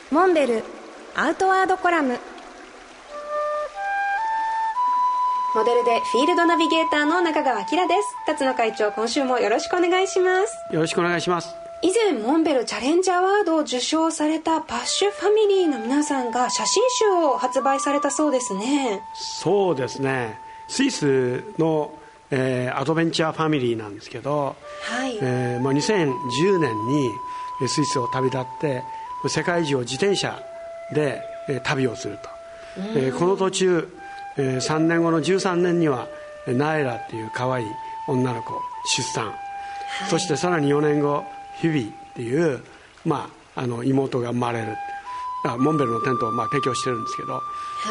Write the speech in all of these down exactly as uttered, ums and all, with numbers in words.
モンベルアウトワードコラム。モデルでフィールドナビゲーターの中川明です。辰野会長、今週もよろしくお願いします。 よろしくお願いします。 以前モンベルチャレンジアワードを受賞されたパッシュファミリーの皆さんが写真集を発売されたそうですね。 そうですね、スイスの、えー、アドベンチャーファミリーなんですけど、 はいえーまあ、にせんじゅうねんにスイスを旅立って世界中を自転車で、えー、旅をすると、えー、この途中、えー、さんねんごのじゅうさんねんにはナイラっていう可愛い女の子を出産、はい、そしてさらによねんごフィビーっていう、まあ、あの妹が生まれる。モンベルのテントをまあ提供してるんですけど、はい、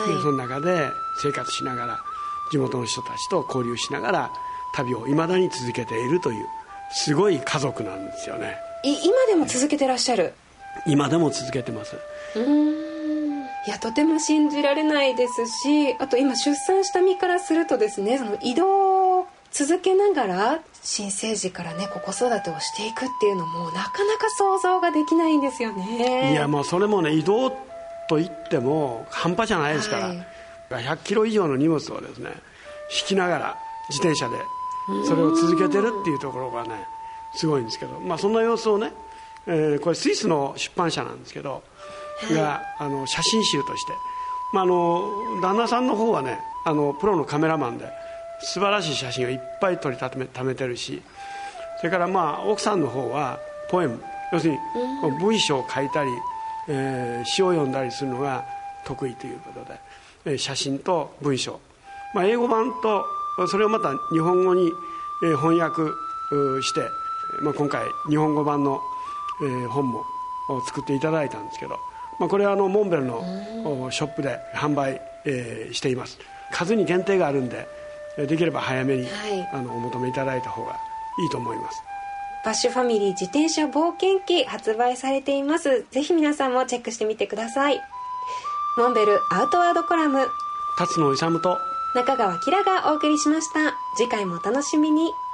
でその中で生活しながら地元の人たちと交流しながら旅をいまだに続けているというすごい家族なんですよね。 い今でも続けてらっしゃる？ 今でも続けてます。 うーん、いやとても信じられないですし、あと今出産した身からするとですね、その移動を続けながら新生児からね、子育てをしていくっていうのもなかなか想像ができないんですよね。 いやもうそれもね、移動といっても半端じゃないですから、はい、ひゃっキロ以上の荷物をですね引きながら自転車でそれを続けてるっていうところがねすごいんですけど、まあ、そんな様子をね、えー、これスイスの出版社なんですけど、はい、があの写真集として、まあ、あの旦那さんの方はねあのプロのカメラマンで素晴らしい写真をいっぱい撮りため、ためてるし、それからまあ奥さんの方はポエム、要するに文章を書いたり、えー、詩を読んだりするのが得意ということで、えー、写真と文章、まあ、英語版とそれをまた日本語に、えー、翻訳して、まあ、今回日本語版の、えー、本も作っていただいたんですけど、まあ、これはあのモンベルのショップで販売、えー、しています。数に限定があるんでできれば早めに、はい、あのお求めいただいた方がいいと思います。 パッシュファミリー自転車冒険記発売されています。ぜひ皆さんもチェックしてみてください。モンベルアウトワードコラム、 辰野勇と中川きらがお送りしました。次回もお楽しみに。